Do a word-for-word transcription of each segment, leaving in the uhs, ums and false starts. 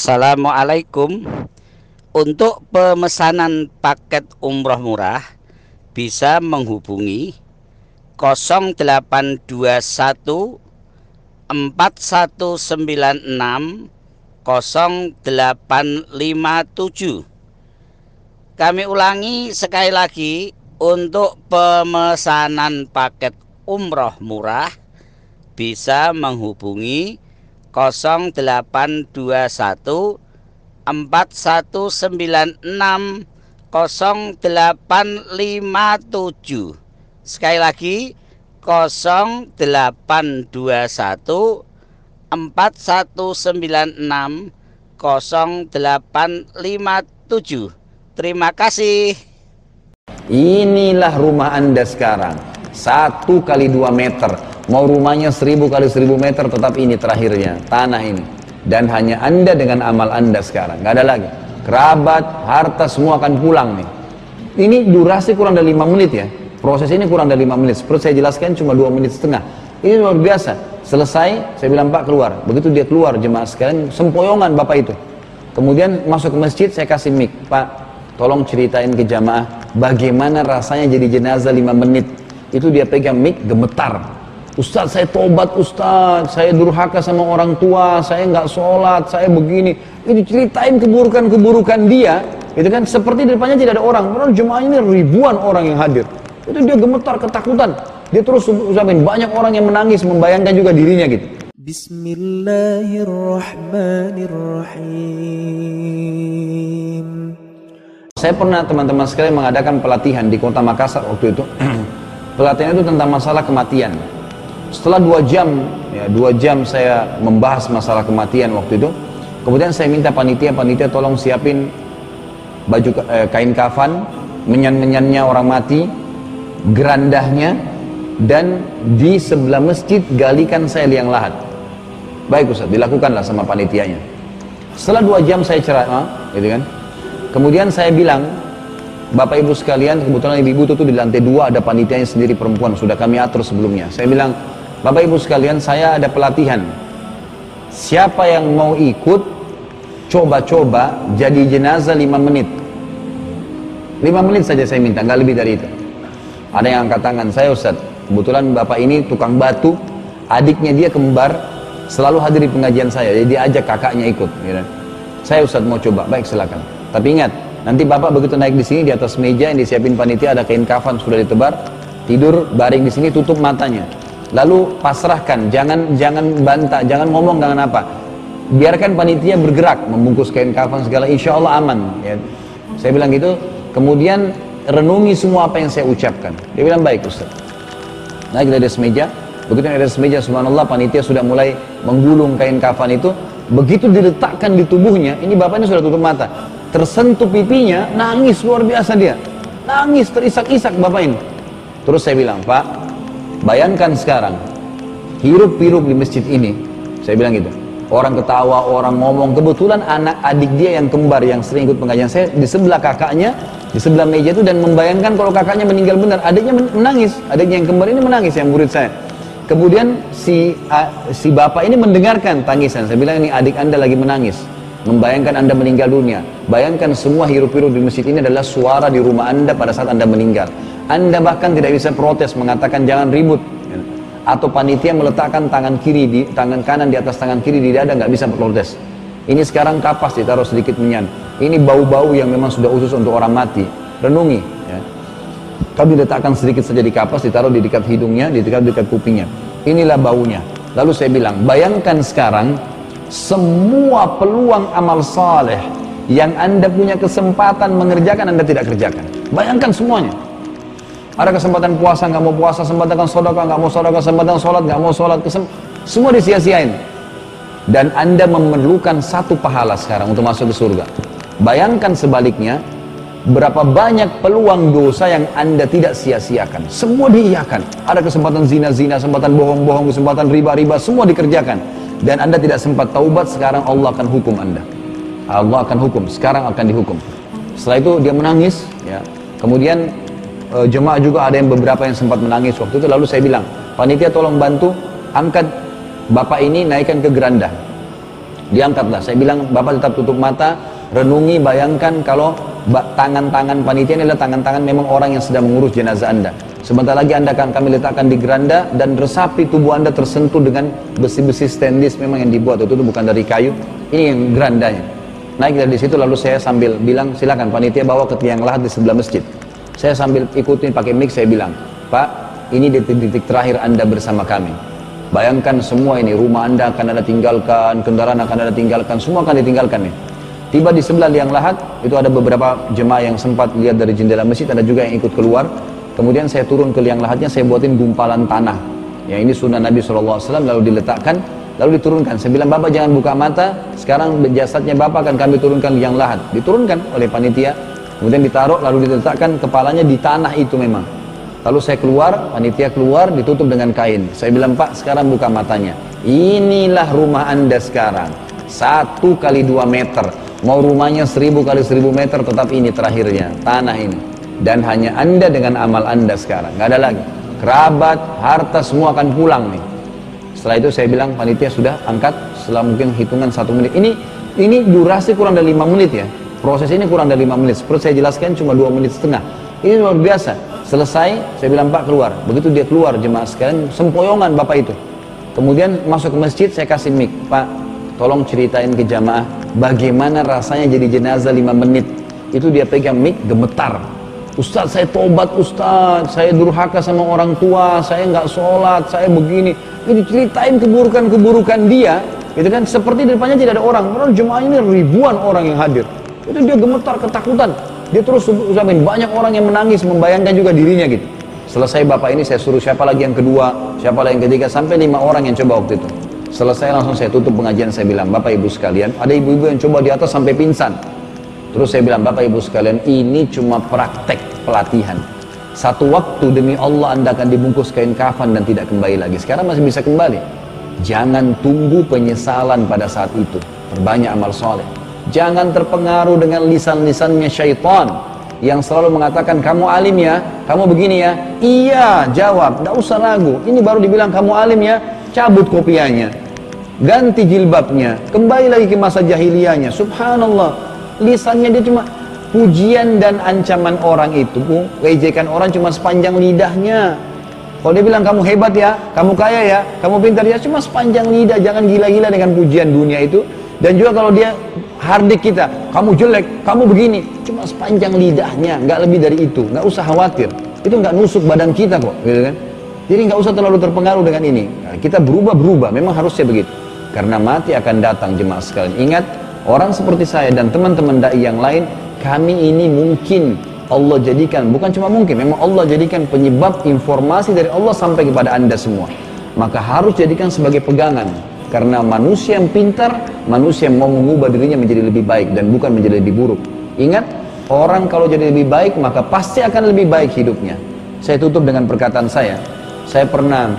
Assalamualaikum. Untuk pemesanan paket umroh murah bisa menghubungi nol delapan dua satu empat satu sembilan enam nol delapan lima tujuh. Kami ulangi sekali lagi, untuk pemesanan paket umroh murah bisa menghubungi nol delapan dua satu empat satu sembilan enam nol delapan lima tujuh. Sekali lagi, nol delapan dua satu empat satu sembilan enam nol delapan lima tujuh. Terima kasih. Inilah rumah Anda sekarang, satu kali dua meter. Mau rumahnya seribu kali seribu meter, tetap ini terakhirnya, tanah ini. Dan hanya Anda dengan amal Anda sekarang, nggak ada lagi. Kerabat, harta semua akan pulang nih. Ini durasi kurang dari lima menit ya. Proses ini kurang dari lima menit. Seperti saya jelaskan cuma dua menit setengah. Ini luar biasa. Selesai, saya bilang Pak keluar. Begitu dia keluar, jemaah sekalian, sempoyongan Bapak itu. Kemudian masuk ke masjid, saya kasih mic. Pak, tolong ceritain ke jamaah bagaimana rasanya jadi jenazah lima menit. Itu dia pegang mic, gemetar. Ustaz, saya tobat Ustaz, saya durhaka sama orang tua, saya nggak sholat, saya begini. Itu ceritain keburukan-keburukan dia, itu kan seperti di depannya tidak ada orang. Padahal jemaahnya ini ribuan orang yang hadir. Itu dia gemetar, ketakutan. Dia terus ucapin, banyak orang yang menangis, membayangkan juga dirinya gitu. Bismillahirrahmanirrahim. Saya pernah teman-teman sekalian mengadakan pelatihan di kota Makassar waktu itu. Pelatihan itu tentang masalah kematian. Setelah dua jam, ya dua jam saya membahas masalah kematian waktu itu. Kemudian saya minta panitia-panitia tolong siapin baju eh, kain kafan, menyan-menyannya orang mati, gerandahnya, dan di sebelah masjid galikan saya liang lahat. Baik Ustaz, dilakukanlah sama panitianya. Setelah dua jam saya ceramah, gitu kan. Kemudian saya bilang, Bapak Ibu sekalian, kebetulan ibu-ibu itu tuh di lantai dua ada panitianya sendiri perempuan, sudah kami atur sebelumnya. Saya bilang, Bapak Ibu sekalian, saya ada pelatihan. Siapa yang mau ikut, coba-coba jadi jenazah lima menit. lima menit saja saya minta, nggak lebih dari itu. Ada yang angkat tangan, saya Ustaz, kebetulan Bapak ini tukang batu, adiknya dia kembar, selalu hadir di pengajian saya, jadi dia ajak kakaknya ikut. Gitu. Saya Ustaz mau coba, baik silakan. Tapi ingat, nanti Bapak begitu naik di sini, di atas meja yang disiapin panitia ada kain kafan sudah ditebar, tidur baring di sini, tutup matanya. Lalu pasrahkan, jangan jangan bantah, jangan ngomong, jangan apa. Biarkan panitia bergerak, membungkus kain kafan segala, insya Allah aman. Ya. Saya bilang gitu, kemudian renungi semua apa yang saya ucapkan. Dia bilang baik Ustaz. Naik dari atas meja, begitu naik dari atas meja, subhanallah panitia sudah mulai menggulung kain kafan itu. Begitu diletakkan di tubuhnya, ini bapaknya sudah tutup mata. Tersentuh pipinya, nangis luar biasa dia. Nangis, terisak-isak bapak ini. Terus saya bilang, Pak, bayangkan sekarang, hirup-pirup di masjid ini. Saya bilang gitu. Orang ketawa, orang ngomong. Kebetulan anak adik dia yang kembar, yang sering ikut pengajian saya, di sebelah kakaknya, di sebelah meja itu, dan membayangkan kalau kakaknya meninggal benar. Adiknya menangis, adiknya yang kembar ini menangis, yang murid saya. Kemudian si, uh, si bapak ini mendengarkan tangisan. Saya bilang, ini adik Anda lagi menangis. Membayangkan Anda meninggal dunia. Bayangkan semua hirup-pirup di masjid ini adalah suara di rumah Anda pada saat Anda meninggal. Anda bahkan tidak bisa protes, mengatakan jangan ribut. Atau panitia meletakkan tangan kiri di tangan kanan di atas tangan kiri di dada, nggak bisa protes. Ini sekarang kapas ditaruh sedikit menyan. Ini bau-bau yang memang sudah khusus untuk orang mati. Renungi. Ya. Kalau diletakkan sedikit saja di kapas, ditaruh di dekat hidungnya, di dekat dekat kupingnya. Inilah baunya. Lalu saya bilang, bayangkan sekarang semua peluang amal saleh yang Anda punya kesempatan mengerjakan, Anda tidak kerjakan. Bayangkan semuanya. Ada kesempatan puasa, nggak mau puasa, kesempatan sedekah, nggak mau sedekah, kesempatan sholat, nggak mau sholat, kesem semua disia-siain. Dan Anda memerlukan satu pahala sekarang untuk masuk ke surga. Bayangkan sebaliknya, berapa banyak peluang dosa yang Anda tidak sia-siakan. Semua diiyakan. Ada kesempatan zina-zina, kesempatan bohong-bohong, kesempatan riba-riba, semua dikerjakan. Dan Anda tidak sempat taubat, sekarang Allah akan hukum Anda. Allah akan hukum, sekarang akan dihukum. Setelah itu dia menangis, ya. Kemudian e, jemaah juga ada yang beberapa yang sempat menangis waktu itu. Lalu saya bilang, panitia tolong bantu angkat bapak ini, naikkan ke geranda. Diangkatlah. Saya bilang, Bapak tetap tutup mata, renungi, bayangkan kalau tangan-tangan panitia ini adalah tangan-tangan memang orang yang sedang mengurus jenazah Anda. Sebentar lagi Anda akan kami letakkan di geranda dan resapi tubuh Anda tersentuh dengan besi-besi stainless memang yang dibuat itu, itu bukan dari kayu. Ini yang gerandanya. Naik dari situ, lalu saya sambil bilang, silakan panitia bawa ke tiang lahat di sebelah masjid. Saya sambil ikutin pakai mic, saya bilang, Pak, ini detik-detik terakhir Anda bersama kami. Bayangkan semua ini, rumah Anda akan Anda tinggalkan, kendaraan akan Anda tinggalkan, semua akan ditinggalkan nih. Tiba di sebelah liang lahat, itu ada beberapa jemaah yang sempat lihat dari jendela masjid, ada juga yang ikut keluar. Kemudian saya turun ke liang lahatnya, saya buatin gumpalan tanah. Ya ini sunnah Nabi shallallahu alaihi wasallam, lalu diletakkan, lalu diturunkan. Saya bilang, Bapak jangan buka mata, sekarang jasadnya Bapak akan kami turunkan liang lahat. Diturunkan oleh panitia, kemudian ditaruh, lalu diletakkan kepalanya di tanah itu memang. Lalu saya keluar, panitia keluar, ditutup dengan kain. Saya bilang, Pak, sekarang buka matanya. Inilah rumah Anda sekarang. Satu kali dua meter. Mau rumahnya seribu kali seribu meter, tetap ini terakhirnya. Tanah ini. Dan hanya Anda dengan amal Anda sekarang. Gak ada lagi. Kerabat, harta, semua akan pulang nih. Setelah itu saya bilang, panitia sudah angkat. Setelah mungkin hitungan satu menit. Ini ini durasi kurang dari lima menit ya. Proses ini kurang dari lima menit. Seperti saya jelaskan cuma dua menit setengah. Ini luar biasa. Selesai, saya bilang, Pak keluar. Begitu dia keluar, jemaah sekalian, sempoyongan Bapak itu. Kemudian masuk ke masjid, saya kasih mic. Pak, tolong ceritain ke jamaah, bagaimana rasanya jadi jenazah lima menit. Itu dia pegang mic, gemetar. Ustadz, saya tobat Ustadz, saya durhaka sama orang tua, saya nggak sholat, saya begini. Ini ceritain keburukan-keburukan dia, gitu kan? Seperti di depannya tidak ada orang. Padahal jemaah ini ribuan orang yang hadir. Itu dia gemetar, ketakutan. Dia terus ucapin, banyak orang yang menangis membayangkan juga dirinya gitu. Selesai Bapak ini saya suruh siapa lagi yang kedua, siapa lagi yang ketiga, sampai lima orang yang coba waktu itu. Selesai langsung saya tutup pengajian, saya bilang, Bapak Ibu sekalian, ada ibu-ibu yang coba di atas sampai pingsan. Terus saya bilang, Bapak Ibu sekalian, ini cuma praktek pelatihan. Satu waktu demi Allah Anda akan dibungkus kain kafan dan tidak kembali lagi. Sekarang masih bisa kembali. Jangan tunggu penyesalan pada saat itu. Perbanyak amal soleh. Jangan terpengaruh dengan lisan-lisannya syaitan yang selalu mengatakan, kamu alim ya, kamu begini ya. Iya, jawab, tidak usah ragu. Ini baru dibilang kamu alim ya, cabut kopiahnya, ganti jilbabnya, kembali lagi ke masa jahiliyahnya. Subhanallah, lisannya dia cuma pujian dan ancaman orang itu, ejekan orang cuma sepanjang lidahnya. Kalau dia bilang kamu hebat ya, kamu kaya ya, kamu pintar ya, cuma sepanjang lidah. Jangan gila-gila dengan pujian dunia itu. Dan juga kalau dia hardik kita, kamu jelek, kamu begini, cuma sepanjang lidahnya, nggak lebih dari itu. Nggak usah khawatir, itu nggak nusuk badan kita kok, gitu kan? Jadi nggak usah terlalu terpengaruh dengan ini. Nah, kita berubah-berubah, memang harusnya begitu. Karena mati akan datang, jemaah sekalian. Ingat, orang seperti saya dan teman-teman dai yang lain, kami ini mungkin Allah jadikan, bukan cuma mungkin, memang Allah jadikan penyebab informasi dari Allah sampai kepada Anda semua. Maka harus jadikan sebagai pegangan. Karena manusia yang pintar, manusia yang mau mengubah dirinya menjadi lebih baik dan bukan menjadi lebih buruk. Ingat, orang kalau jadi lebih baik, maka pasti akan lebih baik hidupnya. Saya tutup dengan perkataan saya. Saya pernah,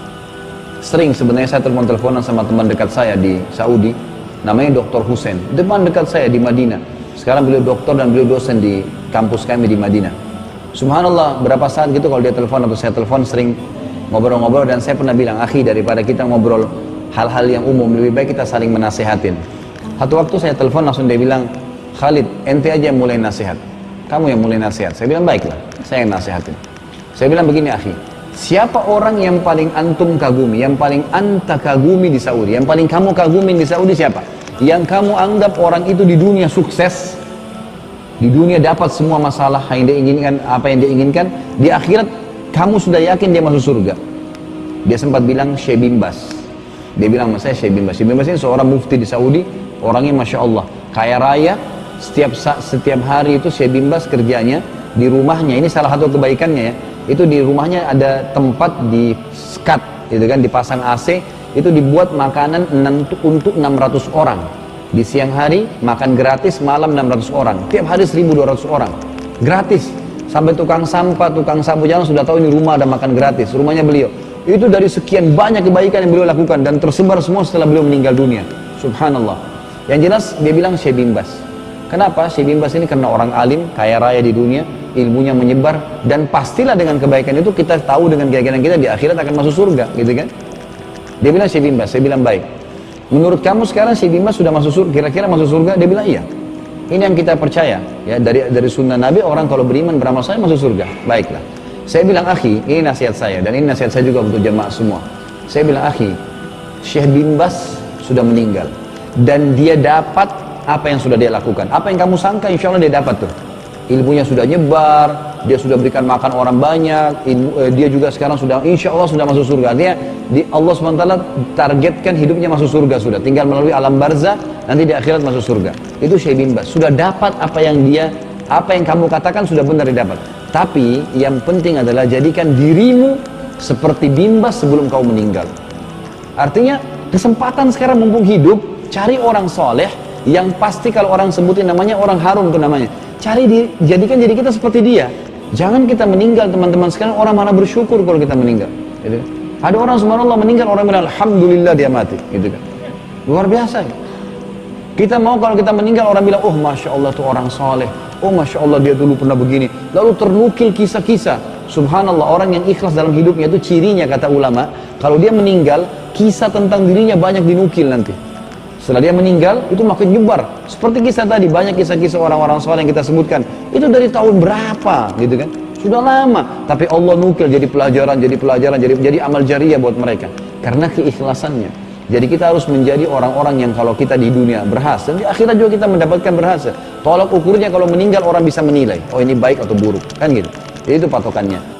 sering sebenarnya saya telepon-teleponan sama teman dekat saya di Saudi, namanya doktor Hussein. Teman dekat saya di Madinah. Sekarang beliau doktor dan beliau dosen di kampus kami di Madinah. Subhanallah, berapa saat gitu kalau dia telepon atau saya telepon, sering ngobrol-ngobrol, dan saya pernah bilang, akhi, daripada kita ngobrol hal-hal yang umum, lebih baik kita saling menasehatin. Satu waktu saya telepon, langsung dia bilang, Khalid, ente aja yang mulai nasihat, kamu yang mulai nasihat. Saya bilang, baiklah, saya yang nasihatin. Saya bilang begini, akhi, siapa orang yang paling antum kagumi, yang paling anta kagumi di Saudi, yang paling kamu kagumi di Saudi siapa? Yang kamu anggap orang itu di dunia sukses, di dunia dapat semua masalah yang dia inginkan, apa yang dia inginkan, di akhirat kamu sudah yakin dia masuk surga. Dia sempat bilang Syekh bin Baz. Dia bilang sama saya Syekh bin Baz. Syekh bin Baz ini seorang mufti di Saudi, orangnya Masya Allah, kaya raya. Setiap setiap hari itu Syekh bin Baz kerjanya di rumahnya, ini salah satu kebaikannya ya, itu di rumahnya ada tempat di skat, gitu kan, dipasang A C, itu dibuat makanan untuk enam ratus orang. Di siang hari makan gratis, malam enam ratus orang, tiap hari seribu dua ratus orang, gratis. Sampai tukang sampah, tukang sapu jalan sudah tahu ini rumah ada makan gratis, rumahnya beliau. Itu dari sekian banyak kebaikan yang beliau lakukan dan tersebar semua setelah beliau meninggal dunia. Subhanallah. Yang jelas dia bilang Syekh bin Baz. Kenapa? Syekh bin Baz ini karena orang alim, kaya raya di dunia, ilmunya menyebar, dan pastilah dengan kebaikan itu kita tahu dengan keyakinan kita di akhirat akan masuk surga, gitu kan? Dia bilang Syekh bin Baz, saya bilang baik. menurut kamu sekarang si Dimas sudah masuk surga, kira-kira masuk surga? Dia bilang iya. Ini yang kita percaya, ya dari dari sunnah Nabi, orang kalau beriman beramal saleh masuk surga. Baiklah. Saya bilang, akhi, ini nasihat saya dan ini nasihat saya juga untuk jemaah semua. Saya bilang, akhi, Syekh bin Bas sudah meninggal dan dia dapat apa yang sudah dia lakukan. Apa yang kamu sangka, insya Allah dia dapat tuh. Ilmunya sudah nyebar, dia sudah berikan makan orang banyak, ilmu, eh, dia juga sekarang sudah, insya Allah sudah masuk surga. Artinya di Allah subhanahu wa taala targetkan hidupnya masuk surga sudah, tinggal melalui alam barzah, nanti di akhirat masuk surga. Itu Syekh bin Bas, sudah dapat apa yang dia, apa yang kamu katakan sudah benar didapat. Tapi yang penting adalah jadikan dirimu seperti bin Bas sebelum kau meninggal. Artinya kesempatan sekarang mumpung hidup, cari orang soleh yang pasti kalau orang sebutin namanya orang harum tuh namanya. Cari di, jadikan jadi kita seperti dia. Jangan kita meninggal teman-teman sekarang, orang mana bersyukur kalau kita meninggal. Gitu kan? Ada orang subhanallah meninggal, orang bilang alhamdulillah dia mati. Gitu kan? Luar biasa. Ya? Kita mau kalau kita meninggal orang bilang, oh masya Allah tuh orang soleh. Oh masya Allah dia dulu pernah begini. Lalu ternukil kisah-kisah. Subhanallah, orang yang ikhlas dalam hidupnya itu cirinya kata ulama, kalau dia meninggal, kisah tentang dirinya banyak dinukil nanti. Setelah dia meninggal, itu makin nyebar. Seperti kisah tadi, banyak kisah-kisah orang-orang soleh yang kita sebutkan. Itu dari tahun berapa, gitu kan? Sudah lama. Tapi Allah nukil jadi pelajaran, jadi pelajaran, jadi jadi amal jariah buat mereka. Karena keikhlasannya. Jadi kita harus menjadi orang-orang yang kalau kita di dunia berhasil, di akhirat juga kita mendapatkan berhasil. Tolak ukurnya kalau meninggal orang bisa menilai, oh ini baik atau buruk, kan gitu. Jadi itu patokannya.